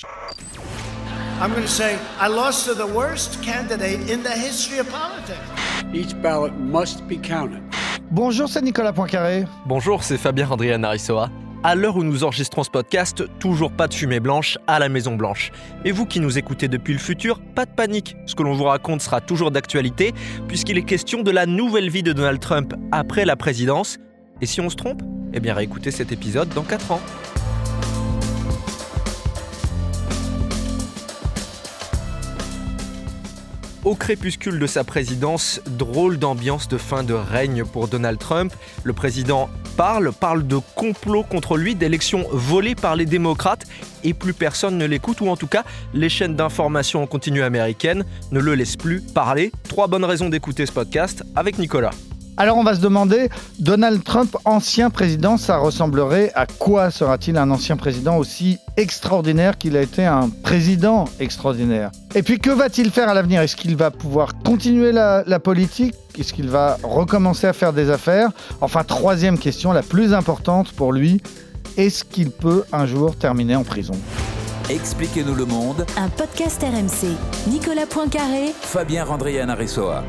I'm going to say I lost to the worst candidate in the history of politics. Each ballot must be counted. Bonjour, c'est Nicolas Poincaré. Bonjour, c'est Fabien Andrianarisoa. À l'heure où nous enregistrons ce podcast, toujours pas de fumée blanche à la Maison Blanche. Et vous qui nous écoutez depuis le futur, pas de panique. Ce que l'on vous raconte sera toujours d'actualité, puisqu'il est question de la nouvelle vie de Donald Trump après la présidence. Et si on se trompe, eh bien réécoutez cet épisode dans 4 ans. Au crépuscule de sa présidence, drôle d'ambiance de fin de règne pour Donald Trump. Le président parle de complot contre lui, d'élections volées par les démocrates, et plus personne ne l'écoute, ou en tout cas, les chaînes d'information en continu américaines ne le laissent plus parler. 3 bonnes raisons d'écouter ce podcast avec Nicolas. Alors on va se demander, Donald Trump, ancien président, ça ressemblerait à quoi? Sera-t-il un ancien président aussi extraordinaire qu'il a été un président extraordinaire? Et puis que va-t-il faire à l'avenir? Est-ce qu'il va pouvoir continuer la politique? Est-ce qu'il va recommencer à faire des affaires? Enfin, 3e question, la plus importante pour lui, est-ce qu'il peut un jour terminer en prison? Expliquez-nous le monde. Un podcast RMC. Nicolas Poincaré. Fabien Andrianarisoa.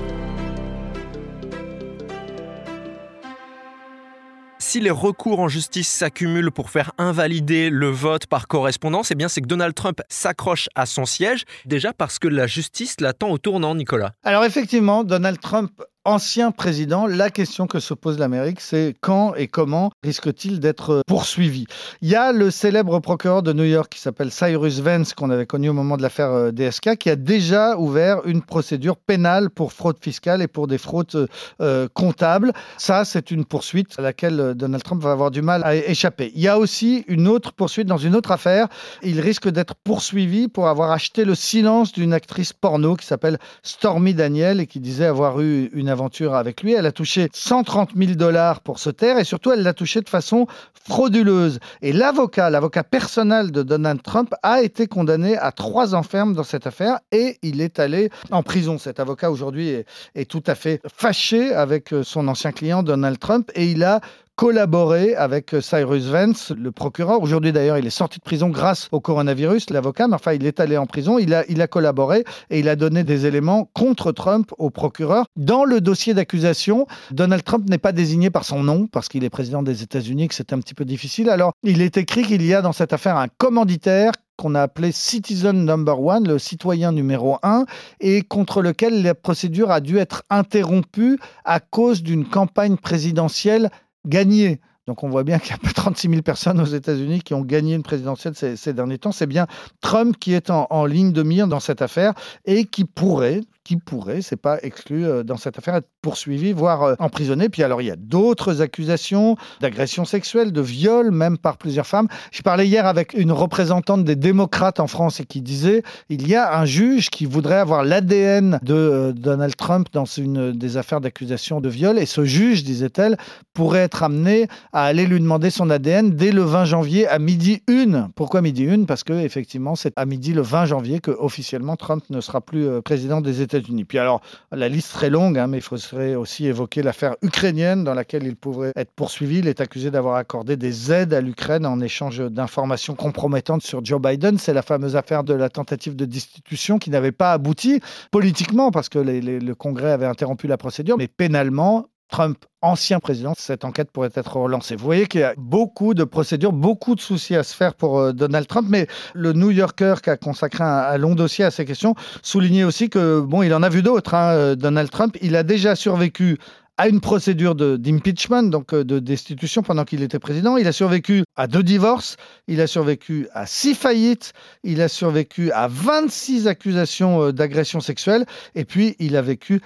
Si les recours en justice s'accumulent pour faire invalider le vote par correspondance, eh bien c'est que Donald Trump s'accroche à son siège, déjà parce que la justice l'attend au tournant, Nicolas. Alors effectivement, Donald Trump, ancien président, la question que se pose l'Amérique, c'est quand et comment risque-t-il d'être poursuivi? Il y a le célèbre procureur de New York qui s'appelle Cyrus Vance, qu'on avait connu au moment de l'affaire DSK, qui a déjà ouvert une procédure pénale pour fraude fiscale et pour des fraudes comptables. Ça, c'est une poursuite à laquelle Donald Trump va avoir du mal à échapper. Il y a aussi une autre poursuite dans une autre affaire. Il risque d'être poursuivi pour avoir acheté le silence d'une actrice porno qui s'appelle Stormy Daniels et qui disait avoir eu une aventure avec lui. Elle a touché $130 000 pour se taire et surtout elle l'a touché de façon frauduleuse. Et l'avocat personnel de Donald Trump a été condamné à 3 ans ferme dans cette affaire et il est allé en prison. Cet avocat aujourd'hui est tout à fait fâché avec son ancien client Donald Trump et il a collaboré avec Cyrus Vance, le procureur. Aujourd'hui, d'ailleurs, il est sorti de prison grâce au coronavirus, l'avocat, mais enfin, il est allé en prison, il a collaboré et il a donné des éléments contre Trump au procureur. Dans le dossier d'accusation, Donald Trump n'est pas désigné par son nom, parce qu'il est président des États-Unis, que c'est un petit peu difficile. Alors, il est écrit qu'il y a dans cette affaire un commanditaire qu'on a appelé Citizen Number 1, le citoyen numéro 1, et contre lequel la procédure a dû être interrompue à cause d'une campagne présidentielle gagnée. Donc on voit bien qu'il y a pas 36 000 personnes aux États-Unis qui ont gagné une présidentielle ces derniers temps. C'est bien Trump qui est en ligne de mire dans cette affaire et qui pourrait, c'est pas exclu dans cette affaire, être poursuivi, voire emprisonné. Puis alors il y a d'autres accusations d'agression sexuelle, de viol, même par plusieurs femmes. Je parlais hier avec une représentante des démocrates en France et qui disait il y a un juge qui voudrait avoir l'ADN de Donald Trump dans une des affaires d'accusation de viol et ce juge, disait-elle, pourrait être amené à aller lui demander son ADN dès le 20 janvier à 12h01. Pourquoi 12h01? Parce que effectivement c'est à midi le 20 janvier que officiellement Trump ne sera plus président des États-Unis. Puis alors, la liste serait longue, mais il faudrait aussi évoquer l'affaire ukrainienne dans laquelle il pourrait être poursuivi. Il est accusé d'avoir accordé des aides à l'Ukraine en échange d'informations compromettantes sur Joe Biden. C'est la fameuse affaire de la tentative de destitution qui n'avait pas abouti politiquement parce que le Congrès avait interrompu la procédure, mais pénalement, Trump, ancien président, cette enquête pourrait être relancée. Vous voyez qu'il y a beaucoup de procédures, beaucoup de soucis à se faire pour Donald Trump, mais le New Yorker qui a consacré un long dossier à ces questions soulignait aussi que, il en a vu d'autres, Donald Trump. Il a déjà survécu à une procédure d'impeachment, donc de destitution pendant qu'il était président. Il a survécu à 2 divorces, il a survécu à 6 faillites, il a survécu à 26 accusations d'agression sexuelle, et puis il a vécu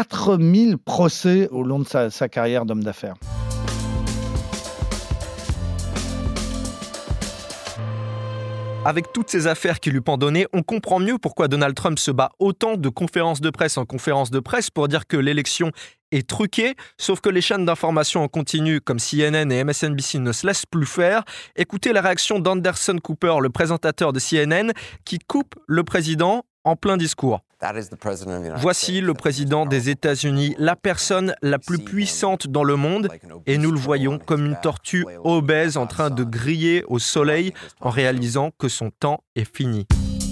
4000 procès au long de sa carrière d'homme d'affaires. Avec toutes ces affaires qui lui pendonnaient, on comprend mieux pourquoi Donald Trump se bat autant de conférences de presse en conférences de presse pour dire que l'élection est truquée, sauf que les chaînes d'information en continu comme CNN et MSNBC ne se laissent plus faire. Écoutez la réaction d'Anderson Cooper, le présentateur de CNN, qui coupe le président en plein discours. Voici le président des États-Unis, la personne la plus puissante dans le monde, et nous le voyons comme une tortue obèse en train de griller au soleil en réalisant que son temps est fini.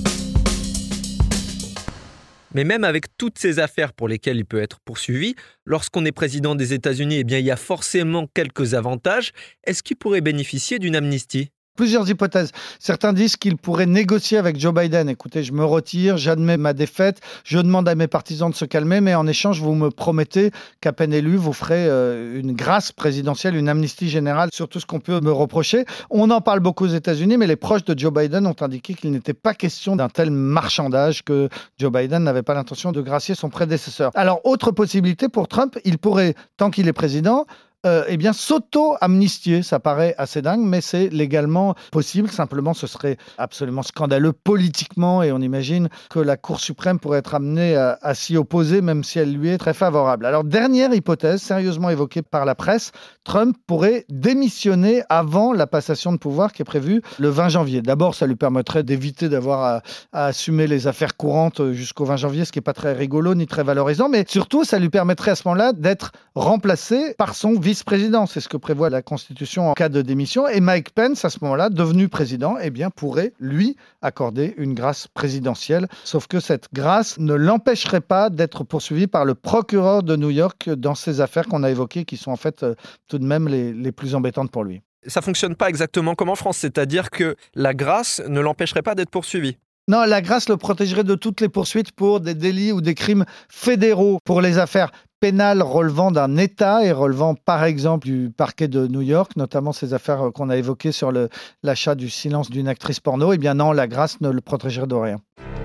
Mais même avec toutes ces affaires pour lesquelles il peut être poursuivi, lorsqu'on est président des États-Unis, il y a forcément quelques avantages. Est-ce qu'il pourrait bénéficier d'une amnistie ? Plusieurs hypothèses. Certains disent qu'il pourrait négocier avec Joe Biden. Écoutez, je me retire, j'admets ma défaite, je demande à mes partisans de se calmer, mais en échange, vous me promettez qu'à peine élu, vous ferez une grâce présidentielle, une amnistie générale sur tout ce qu'on peut me reprocher. On en parle beaucoup aux États-Unis, mais les proches de Joe Biden ont indiqué qu'il n'était pas question d'un tel marchandage, que Joe Biden n'avait pas l'intention de gracier son prédécesseur. Alors, autre possibilité pour Trump, il pourrait, tant qu'il est président, s'auto-amnistier. Ça paraît assez dingue, mais c'est légalement possible. Simplement, ce serait absolument scandaleux politiquement et on imagine que la Cour suprême pourrait être amenée à s'y opposer, même si elle lui est très favorable. Alors, dernière hypothèse, sérieusement évoquée par la presse, Trump pourrait démissionner avant la passation de pouvoir qui est prévue le 20 janvier. D'abord, ça lui permettrait d'éviter d'avoir à assumer les affaires courantes jusqu'au 20 janvier, ce qui n'est pas très rigolo ni très valorisant, mais surtout, ça lui permettrait à ce moment-là d'être remplacé par son vice-président. C'est ce que prévoit la Constitution en cas de démission. Et Mike Pence, à ce moment-là, devenu président, pourrait, lui, accorder une grâce présidentielle. Sauf que cette grâce ne l'empêcherait pas d'être poursuivi par le procureur de New York dans ces affaires qu'on a évoquées, qui sont en fait tout de même les plus embêtantes pour lui. Ça ne fonctionne pas exactement comme en France, c'est-à-dire que la grâce ne l'empêcherait pas d'être poursuivi. Non, la grâce le protégerait de toutes les poursuites pour des délits ou des crimes fédéraux. Pour les affaires pénales relevant d'un État et relevant par exemple du parquet de New York, notamment ces affaires qu'on a évoquées sur l'achat du silence d'une actrice porno, non, la grâce ne le protégerait de rien.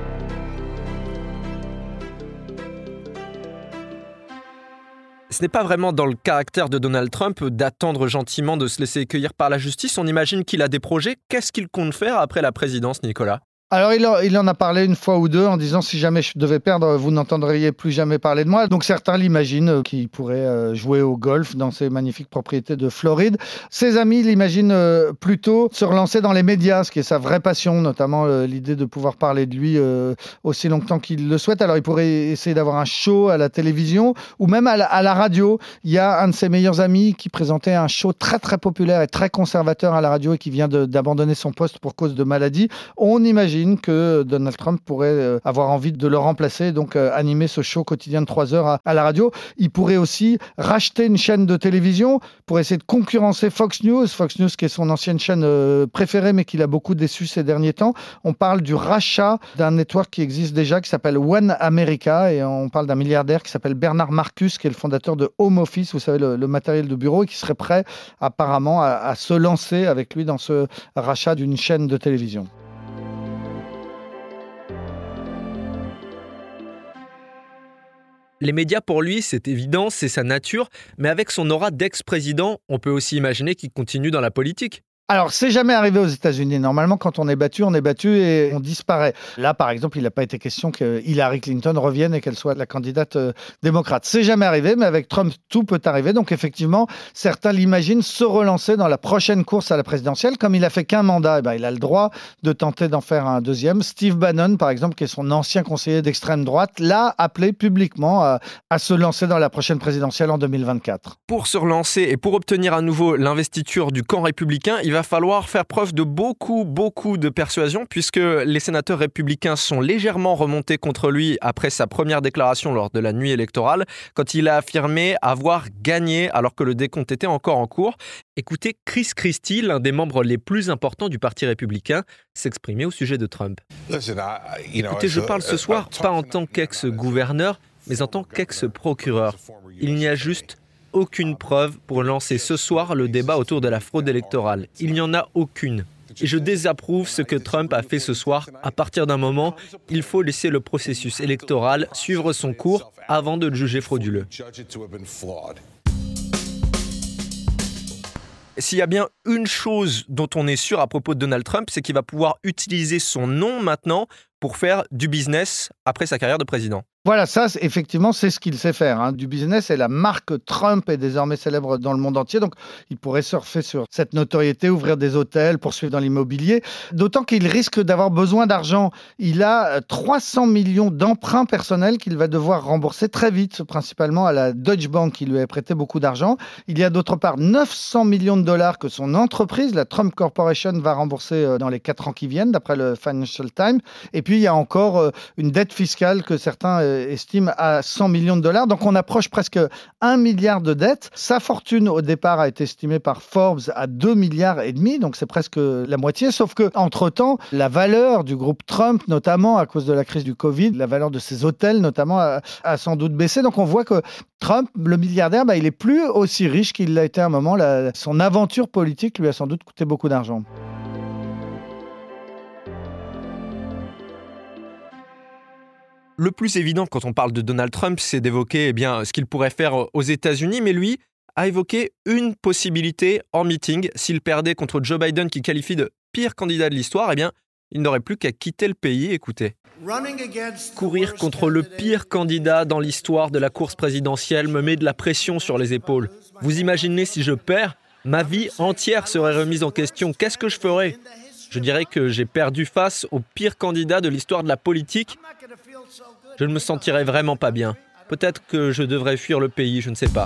Ce n'est pas vraiment dans le caractère de Donald Trump d'attendre gentiment de se laisser cueillir par la justice. On imagine qu'il a des projets. Qu'est-ce qu'il compte faire après la présidence, Nicolas ? Alors, il en a parlé une fois ou deux en disant « si jamais je devais perdre, vous n'entendriez plus jamais parler de moi ». Donc, certains l'imaginent qu'il pourrait jouer au golf dans ses magnifiques propriétés de Floride. Ses amis l'imaginent plutôt se relancer dans les médias, ce qui est sa vraie passion, notamment l'idée de pouvoir parler de lui aussi longtemps qu'il le souhaite. Alors, il pourrait essayer d'avoir un show à la télévision ou même à la radio. Il y a un de ses meilleurs amis qui présentait un show très, très populaire et très conservateur à la radio et qui vient d'abandonner son poste pour cause de maladie. On imagine que Donald Trump pourrait avoir envie de le remplacer, donc animer ce show quotidien de 3 heures à la radio. Il pourrait aussi racheter une chaîne de télévision pour essayer de concurrencer Fox News qui est son ancienne chaîne préférée mais qu'il a beaucoup déçu ces derniers temps. On parle du rachat d'un network qui existe déjà qui s'appelle One America et on parle d'un milliardaire qui s'appelle Bernard Marcus qui est le fondateur de Home Office, vous savez, le matériel de bureau, et qui serait prêt apparemment à se lancer avec lui dans ce rachat d'une chaîne de télévision. Les médias, pour lui, c'est évident, c'est sa nature, mais avec son aura d'ex-président, on peut aussi imaginer qu'il continue dans la politique. Alors, c'est jamais arrivé aux États-Unis. Normalement, quand on est battu et on disparaît. Là, par exemple, il n'a pas été question que Hillary Clinton revienne et qu'elle soit la candidate démocrate. C'est jamais arrivé, mais avec Trump, tout peut arriver. Donc, effectivement, certains l'imaginent se relancer dans la prochaine course à la présidentielle. Comme il a fait qu'un mandat, il a le droit de tenter d'en faire un deuxième. Steve Bannon, par exemple, qui est son ancien conseiller d'extrême droite, l'a appelé publiquement à se lancer dans la prochaine présidentielle en 2024. Pour se relancer et pour obtenir à nouveau l'investiture du camp républicain, il va falloir faire preuve de beaucoup de persuasion puisque les sénateurs républicains sont légèrement remontés contre lui après sa première déclaration lors de la nuit électorale quand il a affirmé avoir gagné alors que le décompte était encore en cours. Écoutez Chris Christie, l'un des membres les plus importants du Parti républicain, s'exprimer au sujet de Trump. Écoutez, je parle ce soir pas en tant qu'ex-gouverneur, mais en tant qu'ex-procureur. Il n'y a juste aucune preuve pour lancer ce soir le débat autour de la fraude électorale. Il n'y en a aucune. Et je désapprouve ce que Trump a fait ce soir. À partir d'un moment, il faut laisser le processus électoral suivre son cours avant de le juger frauduleux. S'il y a bien une chose dont on est sûr à propos de Donald Trump, c'est qu'il va pouvoir utiliser son nom maintenant pour faire du business après sa carrière de président. Voilà, ça, effectivement, c'est ce qu'il sait faire. Du business, et la marque Trump est désormais célèbre dans le monde entier. Donc, il pourrait surfer sur cette notoriété, ouvrir des hôtels, poursuivre dans l'immobilier. D'autant qu'il risque d'avoir besoin d'argent. Il a 300 millions d'emprunts personnels qu'il va devoir rembourser très vite, principalement à la Deutsche Bank, qui lui a prêté beaucoup d'argent. Il y a d'autre part 900 millions de dollars que son entreprise, la Trump Corporation, va rembourser dans les 4 ans qui viennent, d'après le Financial Times. Et puis, il y a encore une dette fiscale que certains estime à 100 millions de dollars. Donc, on approche presque 1 milliard de dettes. Sa fortune, au départ, a été estimée par Forbes à 2,5 milliards. Donc, c'est presque la moitié. Sauf qu'entre-temps, la valeur du groupe Trump, notamment à cause de la crise du Covid, la valeur de ses hôtels, notamment, a sans doute baissé. Donc, on voit que Trump, le milliardaire, il n'est plus aussi riche qu'il l'a été à un moment. Son aventure politique lui a sans doute coûté beaucoup d'argent. Le plus évident quand on parle de Donald Trump, c'est d'évoquer ce qu'il pourrait faire aux États-Unis, mais lui a évoqué une possibilité en meeting. S'il perdait contre Joe Biden, qui qualifie de pire candidat de l'histoire, il n'aurait plus qu'à quitter le pays. Écoutez. Courir contre le pire candidat dans l'histoire de la course présidentielle me met de la pression sur les épaules. Vous imaginez si je perds, ma vie entière serait remise en question. Qu'est-ce que je ferais ? Je dirais que j'ai perdu face au pire candidat de l'histoire de la politique. Je ne me sentirais vraiment pas bien. Peut-être que je devrais fuir le pays, je ne sais pas.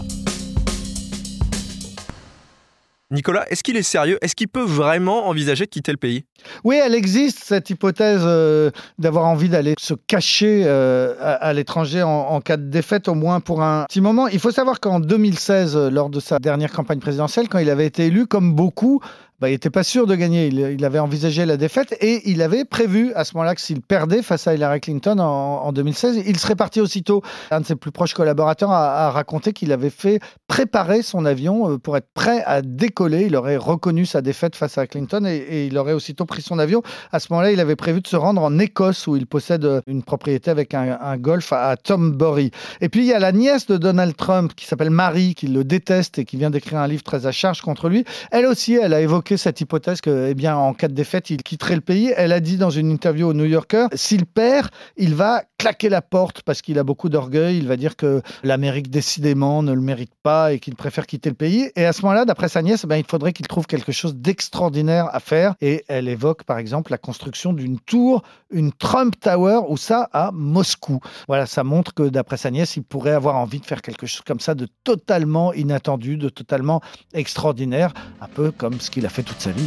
Nicolas, est-ce qu'il est sérieux ? Est-ce qu'il peut vraiment envisager de quitter le pays ? Oui, elle existe, cette hypothèse d'avoir envie d'aller se cacher à l'étranger en cas de défaite, au moins pour un petit moment. Il faut savoir qu'en 2016, lors de sa dernière campagne présidentielle, quand il avait été élu, comme beaucoup, il n'était pas sûr de gagner. Il avait envisagé la défaite et il avait prévu à ce moment-là que s'il perdait face à Hillary Clinton en 2016, il serait parti aussitôt. Un de ses plus proches collaborateurs a raconté qu'il avait fait préparer son avion pour être prêt à décoller. Il aurait reconnu sa défaite face à Clinton et il aurait aussitôt pris son avion. À ce moment-là, il avait prévu de se rendre en Écosse où il possède une propriété avec un golf à Tombury. Et puis, il y a la nièce de Donald Trump qui s'appelle Mary, qui le déteste et qui vient d'écrire un livre très à charge contre lui. Elle aussi, elle a évoqué cette hypothèse que, en cas de défaite, il quitterait le pays. Elle a dit dans une interview au New Yorker, s'il perd, il va claquer la porte parce qu'il a beaucoup d'orgueil. Il va dire que l'Amérique, décidément, ne le mérite pas et qu'il préfère quitter le pays. Et à ce moment-là, d'après sa nièce, il faudrait qu'il trouve quelque chose d'extraordinaire à faire. Et elle évoque, par exemple, la construction d'une tour, une Trump Tower, ou ça à Moscou. Voilà, ça montre que, d'après sa nièce, il pourrait avoir envie de faire quelque chose comme ça de totalement inattendu, de totalement extraordinaire, un peu comme ce qu'il a fait toute sa vie.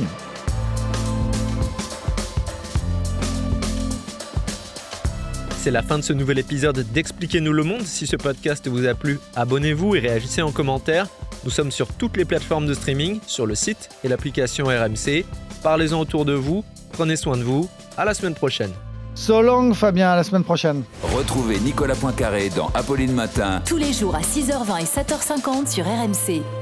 C'est la fin de ce nouvel épisode d'Expliquez-nous le monde. Si ce podcast vous a plu, abonnez-vous et réagissez en commentaire. Nous sommes sur toutes les plateformes de streaming, sur le site et l'application RMC. Parlez-en autour de vous, prenez soin de vous. À la semaine prochaine. So long, Fabien, à la semaine prochaine. Retrouvez Nicolas Poincaré dans Apolline Matin. Tous les jours à 6h20 et 7h50 sur RMC.